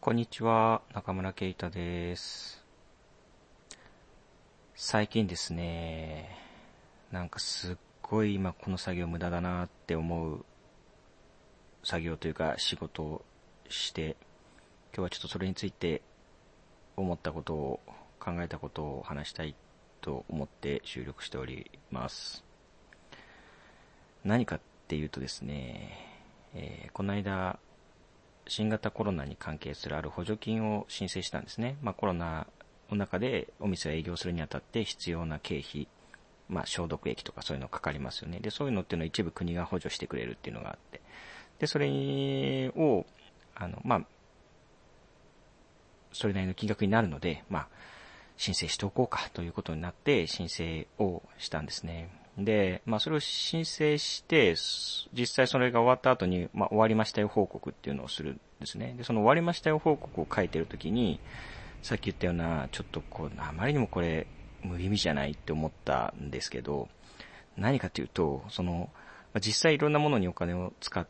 こんにちは、中村圭太です。最近ですね、なんかすっごい今この作業無駄だなって思う作業というか仕事をして、今日はちょっとそれについて思ったことを、考えたことを話したいと思って収録しております。何かっていうとですね、この間新型コロナに関係するある補助金を申請したんですね。コロナの中でお店を営業するにあたって必要な経費、消毒液とかそういうのかかりますよね。で、そういうのっていうのを一部国が補助してくれるっていうのがあって、で、それを、それなりの金額になるので、申請しておこうかということになって申請をしたんですね。で、それを申請して、実際それが終わった後に、終わりましたよ報告っていうのをするんですね。で、その終わりましたよ報告を書いてるときに、さっき言ったような、ちょっとあまりにもこれ、無意味じゃないって思ったんですけど、何かというと、実際いろんなものにお金を使って、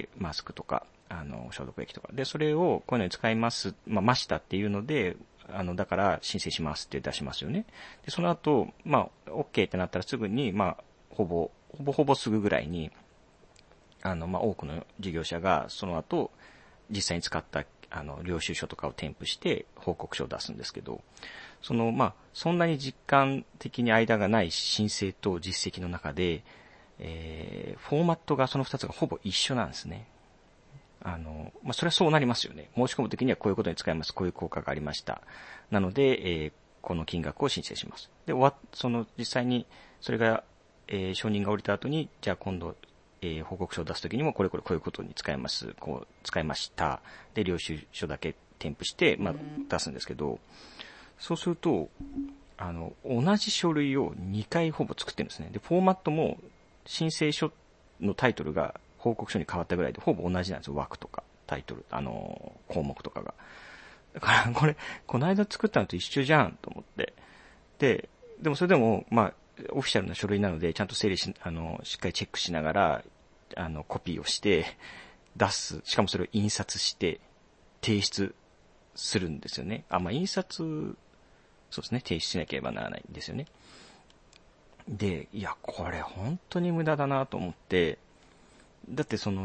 マスクとか、消毒液とか。で、それをこういうのに使います、ましたっていうので、だから申請しますって出しますよね。で、その後、OK ってなったらすぐに、ほぼすぐぐらいに、多くの事業者がその後、実際に使った、領収書とかを添付して報告書を出すんですけど、そんなに実感的に間がない申請と実績の中で、フォーマットがその2つがほぼ一緒なんですね。それはそうなりますよね。申し込むときにはこういうことに使います。こういう効果がありました。なので、この金額を申請します。で、実際にそれが、承認が下りた後に、じゃあ今度、報告書を出すときにもこれこういうことに使います。使いました。で、領収書だけ添付して、出すんですけど、そうすると、同じ書類を2回ほぼ作ってるんですね。で、フォーマットも申請書のタイトルが報告書に変わったぐらいでほぼ同じなんですよ。枠とかタイトル、項目とかが。だからこれ、この間作ったのと一緒じゃんと思って。でもそれでも、オフィシャルな書類なので、ちゃんと整理しっかりチェックしながら、コピーをして出す。しかもそれを印刷して提出するんですよね。印刷、そうですね。提出しなければならないんですよね。で、いや、これ本当に無駄だなと思って、だってそれ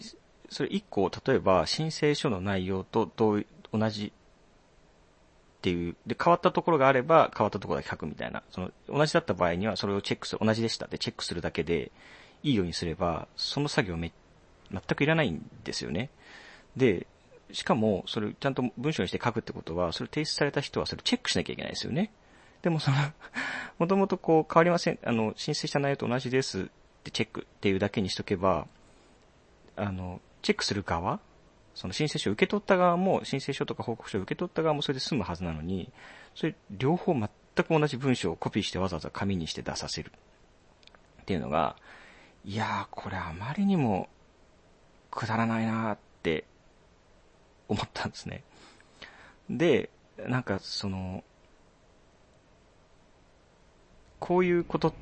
1個、例えば申請書の内容と同じっていう、で、変わったところがあれば変わったところだけ書くみたいな、同じだった場合にはそれをチェックする、同じでしたってチェックするだけでいいようにすれば、その作業全くいらないんですよね。で、しかも、それをちゃんと文章にして書くってことは、それ提出された人はそれチェックしなきゃいけないですよね。でももともと変わりません、申請した内容と同じですってチェックっていうだけにしとけば、チェックする側、その申請書を受け取った側も、申請書とか報告書を受け取った側もそれで済むはずなのに、それ両方全く同じ文章をコピーしてわざわざ紙にして出させるっていうのが、いやー、これあまりにもくだらないなーって思ったんですね。で、こういうことって、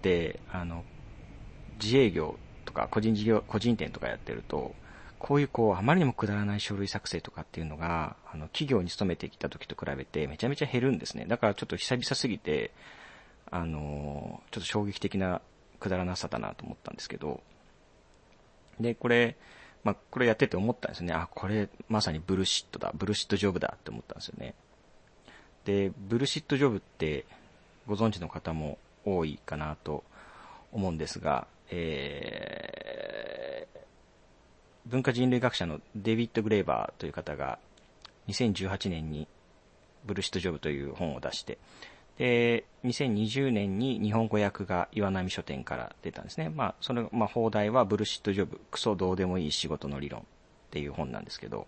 自営業とか個人店とかやってると、こういうあまりにもくだらない書類作成とかっていうのが、企業に勤めてきた時と比べてめちゃめちゃ減るんですね。だからちょっと久々すぎて、ちょっと衝撃的なくだらなさだなと思ったんですけど、で、これやってて思ったんですよね。これまさにブルシットジョブだって思ったんですよね。で、ブルシットジョブってご存知の方も多いかなと思うんですが、文化人類学者のデビッド・グレーバーという方が2018年にブルシットジョブという本を出して、で、2020年に日本語訳が岩波書店から出たんですね。放題はブルシットジョブ、クソどうでもいい仕事の理論っていう本なんですけど、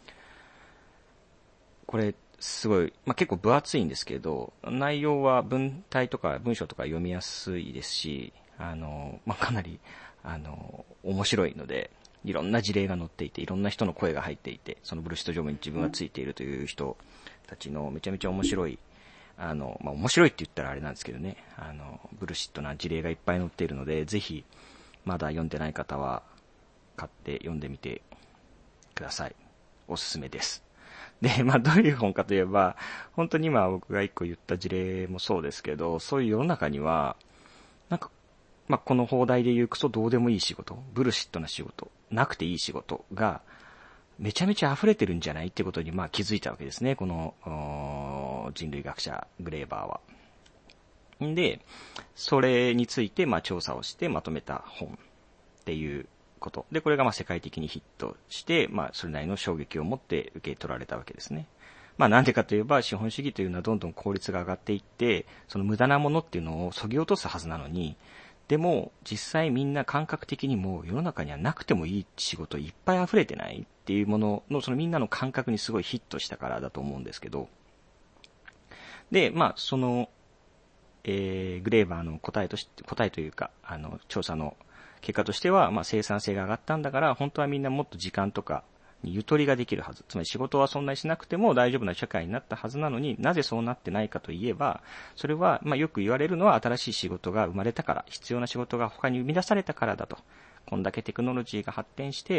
これすごい、結構分厚いんですけど、内容は文体とか文章とか読みやすいですし、かなり、面白いので、いろんな事例が載っていて、いろんな人の声が入っていて、そのブルシットジョブに自分がついているという人たちのめちゃめちゃ面白い、面白いって言ったらあれなんですけどね、ブルシットな事例がいっぱい載っているので、ぜひ、まだ読んでない方は、買って読んでみてください。おすすめです。 で、まあどういう本かといえば、本当に今僕が一個言った事例もそうですけど、そういう世の中には、なんか、まあこの放題で言うクソどうでもいい仕事、ブルシットな仕事、なくていい仕事が、めちゃめちゃ溢れてるんじゃないってことにまあ気づいたわけですね、この人類学者グレーバーは。んで、それについてまあ調査をしてまとめた本っていうこと。で、これがまあ世界的にヒットして、まあそれなりの衝撃を持って受け取られたわけですね。まあなんでかといえば資本主義というのはどんどん効率が上がっていって、その無駄なものっていうのを削ぎ落とすはずなのに、でも実際みんな感覚的にも世の中にはなくてもいい仕事いっぱい溢れてないっていうもののそのみんなの感覚にすごいヒットしたからだと思うんですけど、で、まあそのグレーバーの答えというか、調査の結果としては、まあ、生産性が上がったんだから、本当はみんなもっと時間とかにゆとりができるはず。つまり仕事はそんなにしなくても大丈夫な社会になったはずなのになぜそうなってないかといえば、それは、まあ、よく言われるのは新しい仕事が生まれたから、必要な仕事が他に生み出されたからだと。こんだけテクノロジーが発展して、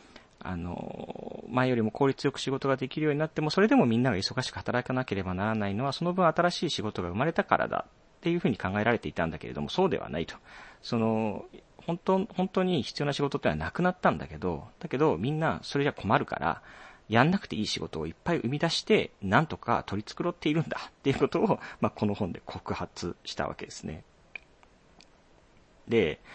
前よりも効率よく仕事ができるようになっても、それでもみんなが忙しく働かなければならないのは、その分新しい仕事が生まれたからだっていうふうに考えられていたんだけれども、そうではないと。本当に必要な仕事ってのはなくなったんだけど、みんなそれじゃ困るから、やんなくていい仕事をいっぱい生み出して、なんとか取り繕っているんだっていうことを、まあ、この本で告発したわけですね。で、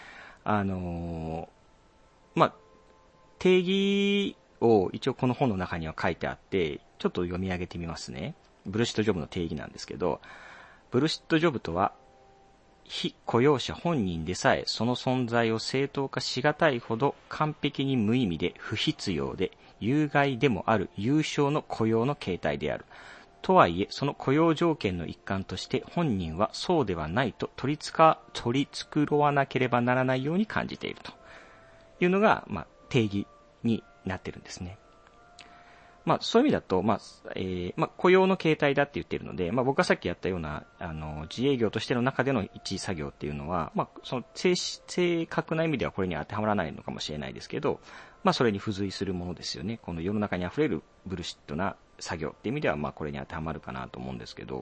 まあ、定義を一応この本の中には書いてあって、ちょっと読み上げてみますね。ブルシットジョブの定義なんですけど、ブルシットジョブとは、非雇用者本人でさえその存在を正当化しがたいほど完璧に無意味で不必要で有害でもある有償の雇用の形態である。とはいえ、その雇用条件の一環として本人はそうではないと取り繕わなければならないように感じているというのが、まあ、定義になっているんですね。まあ、そういう意味だと、雇用の形態だって言っているので、まあ、僕がさっきやったような、自営業としての中での一作業っていうのは、まあ、その正確な意味ではこれに当てはまらないのかもしれないですけど、まあ、それに付随するものですよね。この世の中に溢れるブルシットな作業っていう意味では、まあ、これに当てはまるかなと思うんですけど、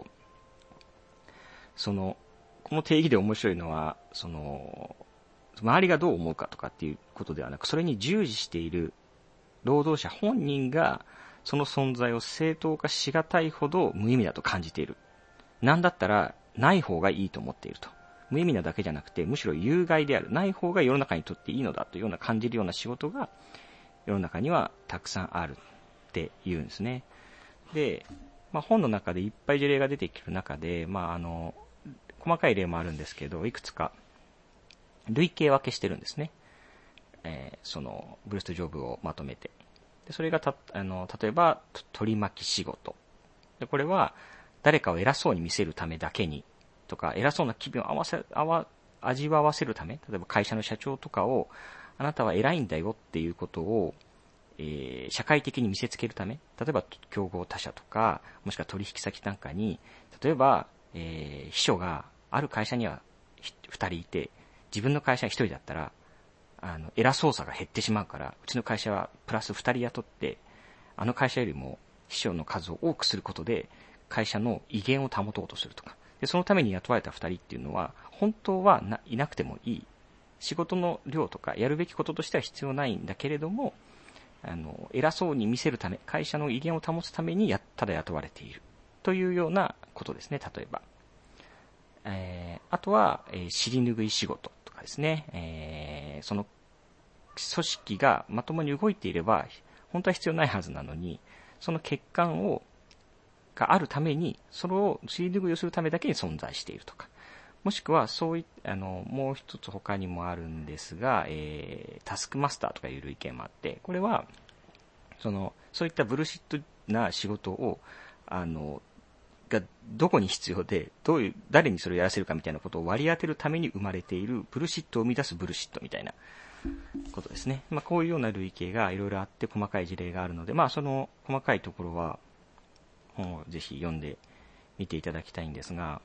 この定義で面白いのは、周りがどう思うかとかっていうことではなく、それに従事している労働者本人が、その存在を正当化しがたいほど無意味だと感じている。なんだったら、ない方がいいと思っていると。無意味なだけじゃなくて、むしろ有害である。ない方が世の中にとっていいのだというような感じるような仕事が、世の中にはたくさんあるって言うんですね。で、まあ、本の中でいっぱい事例が出てくる中で、細かい例もあるんですけど、いくつか類型分けしてるんですね。ブルストジョブをまとめて。でそれが例えば、取り巻き仕事。で、これは、誰かを偉そうに見せるためだけに、とか、偉そうな気分を味わわせるため、例えば会社の社長とかを、あなたは偉いんだよっていうことを、社会的に見せつけるため、例えば競合他社とか、もしくは取引先なんかに、例えば、秘書がある会社には2人いて、自分の会社は1人だったら、偉そうさが減ってしまうから、うちの会社はプラス2人雇って、あの会社よりも秘書の数を多くすることで、会社の威厳を保とうとするとか。で、そのために雇われた2人っていうのは、本当はいなくてもいい。仕事の量とかやるべきこととしては必要ないんだけれども、偉そうに見せるため、会社の威厳を保つためにただ雇われている。というようなことですね、例えば。あとは、尻拭い仕事とかですね。その組織がまともに動いていれば、本当は必要ないはずなのに、その欠陥があるために、それを尻拭いをするためだけに存在しているとか。もしくは、もう一つ他にもあるんですが、タスクマスターとかいう類型もあって、これは、そういったブルシットな仕事を、がどこに必要で、誰にそれをやらせるかみたいなことを割り当てるために生まれているブルシットを生み出すブルシットみたいなことですね。まあ、こういうような類型がいろいろあって細かい事例があるので、まあ、その細かいところは本をぜひ読んでみていただきたいんですが、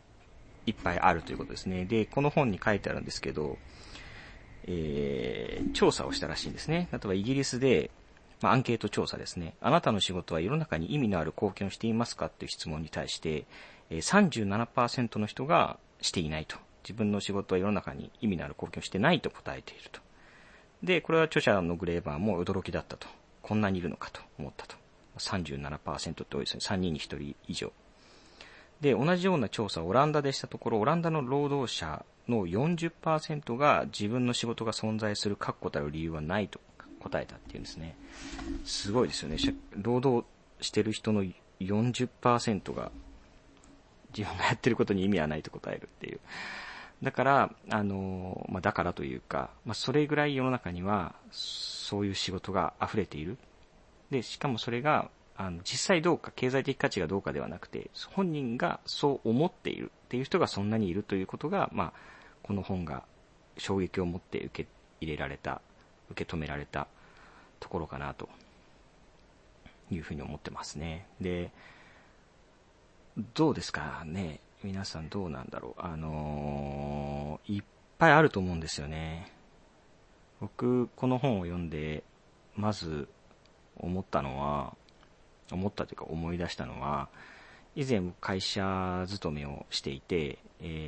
いっぱいあるということですね。で、この本に書いてあるんですけど、著調査をしたらしいんですね。例えばイギリスで、アンケート調査ですね。あなたの仕事は世の中に意味のある貢献をしていますかっていう質問に対して、37% の人がしていないと。自分の仕事は世の中に意味のある貢献をしてないと答えていると。で、これは著者のグレーバーも驚きだったと。こんなにいるのかと思ったと。37% って多いですね。3人に1人以上。で、同じような調査をオランダでしたところ、オランダの労働者の 40% が自分の仕事が存在する確固たる理由はないと答えたっていうんですね。すごいですよね。労働してる人の 40% が自分がやってることに意味はないと答えるっていう。だから、だからというか、それぐらい世の中にはそういう仕事が溢れている。で、しかもそれが、実際どうか、経済的価値がどうかではなくて、本人がそう思っているっていう人がそんなにいるということが、この本が衝撃を持って受け止められたところかなというふうに思ってますね。で、どうですかね。皆さんどうなんだろう。いっぱいあると思うんですよね。僕、この本を読んで、まず思ったというか思い出したのは、以前会社勤めをしていて、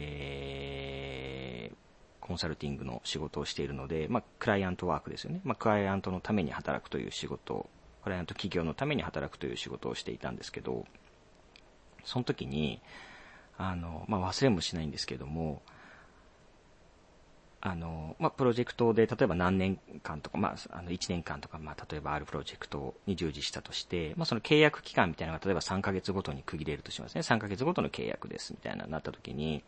コンサルティングの仕事をしているので、クライアントワークですよね。クライアントのために働くという仕事、クライアント企業のために働くという仕事をしていたんですけど、その時に、忘れもしないんですけども、プロジェクトで、例えば何年間とか、1年間とか、例えばあるプロジェクトに従事したとして、その契約期間みたいなのが、例えば3ヶ月ごとに区切れるとしますね。3ヶ月ごとの契約です、みたいななった時に、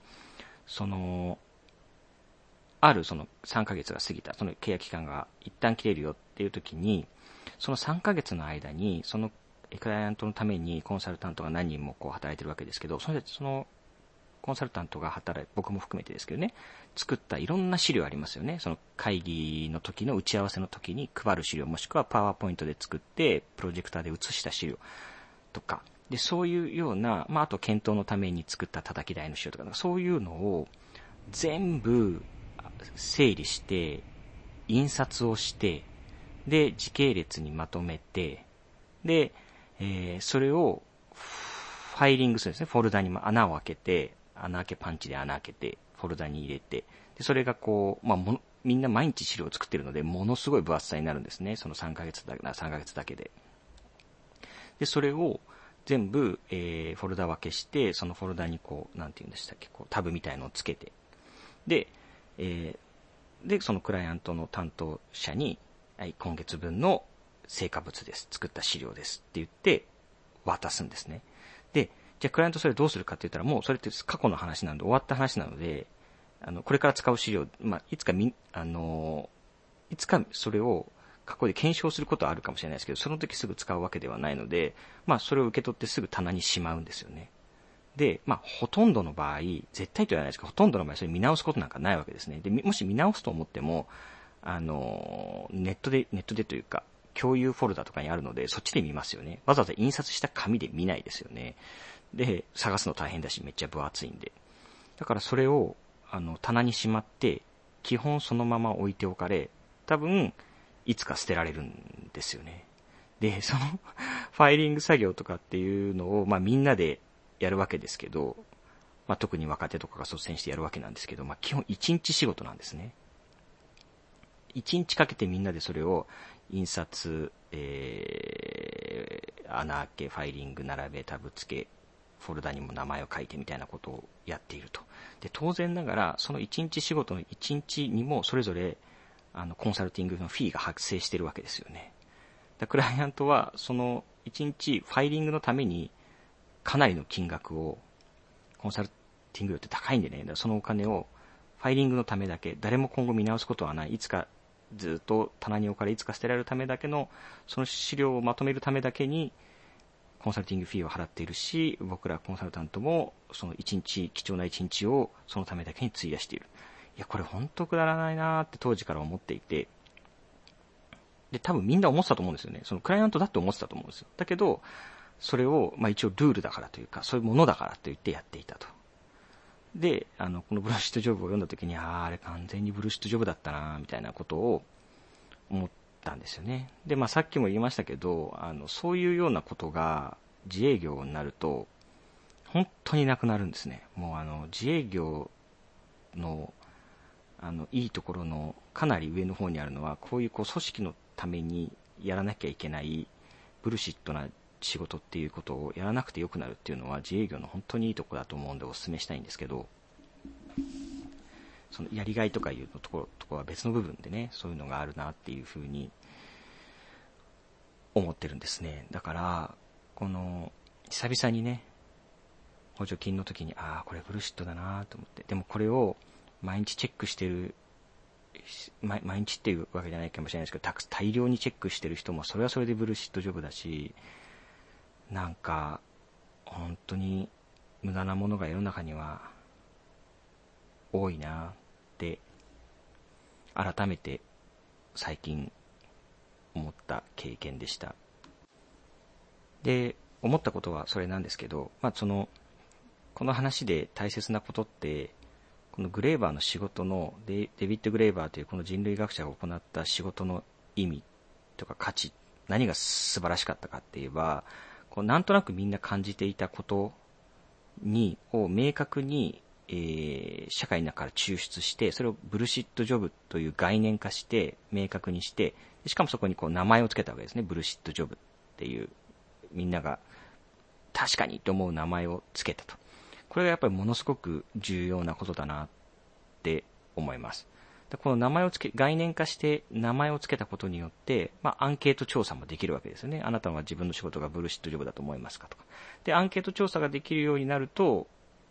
あるその3ヶ月が過ぎた、その契約期間が一旦切れるよっていう時に、その3ヶ月の間に、そのクライアントのためにコンサルタントが何人も働いてるわけですけど、そのコンサルタントが僕も含めてですけどね、作ったいろんな資料ありますよね。その会議の時の打ち合わせの時に配る資料、もしくはパワーポイントで作ってプロジェクターで映した資料とか、でそういうような、あと検討のために作った叩き台の資料とか、そういうのを全部整理して印刷をして、で時系列にまとめて、で、それをファイリングするんですね。フォルダに穴を開けて、パンチで穴開けて、フォルダに入れて、でそれがみんな毎日資料を作ってるので、ものすごい分厚さになるんですね。その3ヶ月だけで。で、それを全部、フォルダ分けして、そのフォルダになんて言うんでしたっけ、タブみたいのをつけて、で、そのクライアントの担当者に、はい、今月分の成果物です。作った資料ですって言って渡すんですね。で、じゃあクライアントそれどうするかって言ったら、もうそれって過去の話なので、終わった話なので、これから使う資料、いつかそれを過去で検証することはあるかもしれないですけど、その時すぐ使うわけではないので、それを受け取ってすぐ棚にしまうんですよね。で、ほとんどの場合、絶対とは言わないですけど、ほとんどの場合それ見直すことなんかないわけですね。で、もし見直すと思っても、ネットでというか、共有フォルダとかにあるので、そっちで見ますよね。わざわざ印刷した紙で見ないですよね。で、探すの大変だし、めっちゃ分厚いんで。だからそれを、棚にしまって、基本そのまま置いておかれ、多分、いつか捨てられるんですよね。で、そのファイリング作業とかっていうのを、みんなでやるわけですけど、特に若手とかが率先してやるわけなんですけど、基本1日仕事なんですね。1日かけてみんなでそれを印刷、穴開け、ファイリング並べ、タブ付け、フォルダにも名前を書いてみたいなことをやっていると。で、当然ながら、その1日仕事の1日にもそれぞれ、コンサルティングのフィーが発生してるわけですよね。クライアントは、その1日ファイリングのために、かなりの金額を、コンサルティング料って高いんでね、だからそのお金を、ファイリングのためだけ、誰も今後見直すことはない、いつかずっと棚に置かれ、いつか捨てられるためだけの、その資料をまとめるためだけに、コンサルティングフィーを払っているし、僕らコンサルタントも、その一日、貴重な一日をそのためだけに費やしている。いや、これ本当くだらないなーって当時から思っていて、で、多分みんな思ってたと思うんですよね。そのクライアントだって思ってたと思うんですよ。だけど、それを、一応ルールだからというか、そういうものだからと言ってやっていたと。で、このブルーシットジョブを読んだ時に、あれ完全にブルーシットジョブだったなみたいなことを思ったんですよね。で、さっきも言いましたけど、そういうようなことが自営業になると、本当になくなるんですね。もう自営業の、いいところのかなり上の方にあるのは、こういう組織のためにやらなきゃいけないブルシットな仕事っていうことをやらなくてよくなるっていうのは自営業の本当にいいところだと思うんでお勧めしたいんですけど、そのやりがいとかいうところは別の部分でね、そういうのがあるなっていうふうに思ってるんですね。だからこの久々にね、補助金の時にこれブルシットだなと思って、でもこれを毎日チェックしてる、毎日っていうわけじゃないかもしれないですけど、大量にチェックしてる人もそれはそれでブルシットジョブだし、なんか本当に無駄なものが世の中には多いなって改めて最近思った経験でした。で、思ったことはそれなんですけど、この話で大切なことって、このグレーバーの仕事のデビッド・グレーバーというこの人類学者が行った仕事の意味とか価値、何が素晴らしかったかって言えば、なんとなくみんな感じていたことを明確に、社会の中から抽出して、それをブルシットジョブという概念化して明確にして、しかもそこに名前をつけたわけですね。ブルシットジョブっていう、みんなが確かにと思う名前をつけたと。これがやっぱりものすごく重要なことだなって思います。でこの名前を概念化して名前をつけたことによって、アンケート調査もできるわけですよね。あなたは自分の仕事がブルシットジョブだと思いますかとか。で、アンケート調査ができるようになると、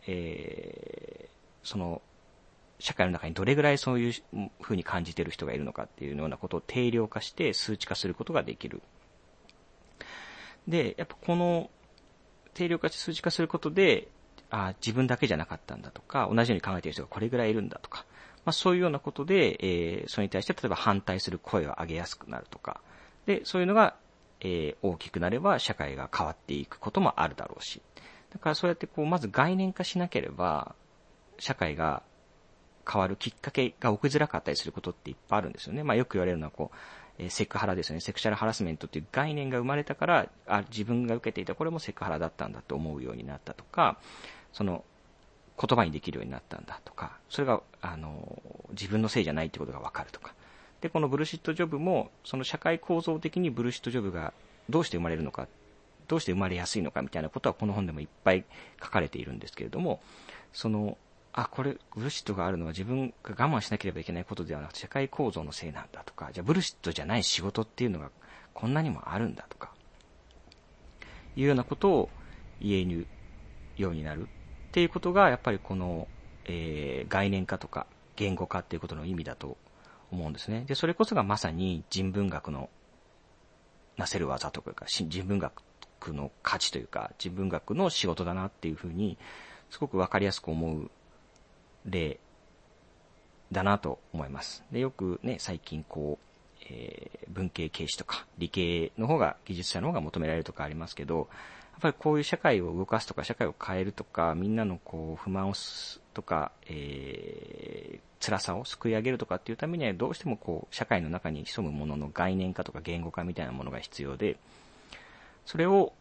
その社会の中にどれぐらいそういうふうに感じている人がいるのかっていうようなことを定量化して数値化することができる。で、やっぱこの定量化して数値化することで、自分だけじゃなかったんだとか、同じように考えている人がこれぐらいいるんだとか、そういうようなことで、それに対して例えば反対する声を上げやすくなるとか、で、そういうのが、大きくなれば社会が変わっていくこともあるだろうし、だからそうやってまず概念化しなければ、社会が変わるきっかけが起きづらかったりすることっていっぱいあるんですよね。よく言われるのはセクハラですよね。セクシャルハラスメントっていう概念が生まれたから、自分が受けていたこれもセクハラだったんだと思うようになったとか、その言葉にできるようになったんだとか、それが自分のせいじゃないってことが分かるとか。で、このブルシットジョブもその社会構造的にブルシットジョブがどうして生まれるのか、どうして生まれやすいのかみたいなことはこの本でもいっぱい書かれているんですけれども、これブルシットがあるのは自分が我慢しなければいけないことではなくて社会構造のせいなんだとか、じゃあブルシットじゃない仕事っていうのがこんなにもあるんだとかいうようなことを言えるようになるっていうことがやっぱりこの、概念化とか言語化っていうことの意味だと思うんですね。で、それこそがまさに人文学のなせる技とか人文学の価値というか人文学の仕事だなっていうふうにすごくわかりやすく思う例だなと思います。で、よくね、最近文系軽視とか理系の方が技術者の方が求められるとかありますけど、やっぱりこういう社会を動かすとか社会を変えるとかみんなの不満をとか、辛さをすくい上げるとかっていうためにはどうしても社会の中に潜むものの概念化とか言語化みたいなものが必要で、それを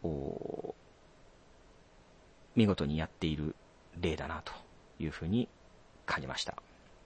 見事にやっている例だなというふうに感じました。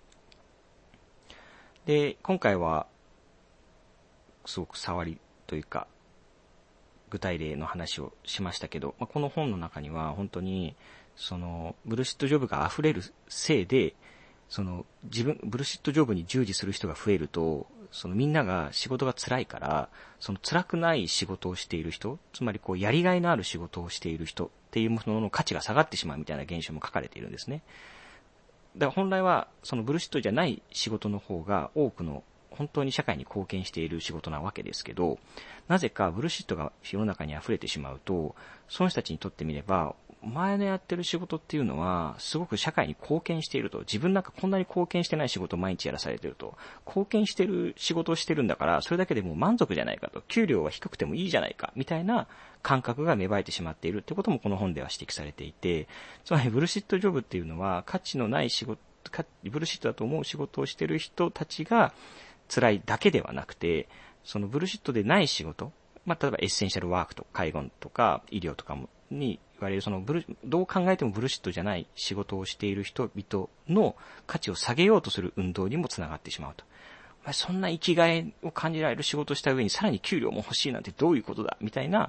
で、今回はすごく触りというか具体例の話をしましたけど、この本の中には本当にブルシットジョブが溢れるせいで、ブルシットジョブに従事する人が増えると、みんなが仕事が辛いから、辛くない仕事をしている人、つまりやりがいのある仕事をしている人っていうものの価値が下がってしまうみたいな現象も書かれているんですね。だから本来はブルシットじゃない仕事の方が多くの本当に社会に貢献している仕事なわけですけど、なぜかブルシットが世の中に溢れてしまうと、その人たちにとってみれば前のやってる仕事っていうのはすごく社会に貢献していると、自分なんかこんなに貢献してない仕事を毎日やらされていると、貢献してる仕事をしてるんだからそれだけでもう満足じゃないかと、給料は低くてもいいじゃないかみたいな感覚が芽生えてしまっているってこともこの本では指摘されていて、つまりブルシットジョブっていうのは価値のない仕事、ブルシットだと思う仕事をしている人たちが辛いだけではなくて、そのブルシットでない仕事、例えばエッセンシャルワークとか介護とか医療とかに言われるどう考えてもブルシットじゃない仕事をしている人々の価値を下げようとする運動にもつながってしまうと。そんな生きがいを感じられる仕事をした上にさらに給料も欲しいなんてどういうことだみたいな、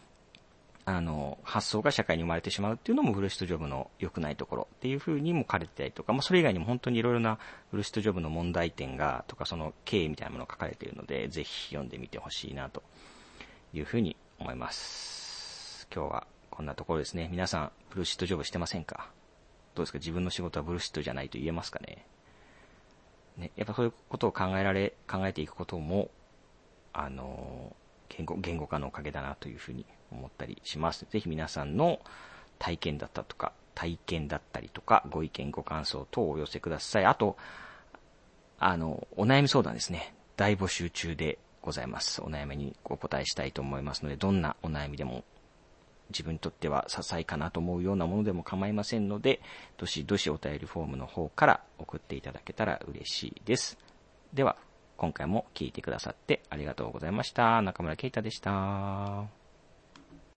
発想が社会に生まれてしまうっていうのもブルシットジョブの良くないところっていう風にも書かれてたりとか、それ以外にも本当にいろいろなブルシットジョブの問題点とかその経緯みたいなものが書かれているので、ぜひ読んでみてほしいなという風に思います。今日はこんなところですね。皆さん、ブルシットジョブしてませんか？どうですか？自分の仕事はブルシットじゃないと言えますかね？やっぱそういうことを考えていくことも、言語化のおかげだなというふうに思ったりします。ぜひ皆さんの体験だったりとか、ご意見ご感想等をお寄せください。あと、お悩み相談ですね。大募集中でございます。お悩みにお答えしたいと思いますので、どんなお悩みでも自分にとっては些細かなと思うようなものでも構いませんので、どしどしお便りフォームの方から送っていただけたら嬉しいです。では、今回も聞いてくださってありがとうございました。中村圭太でした。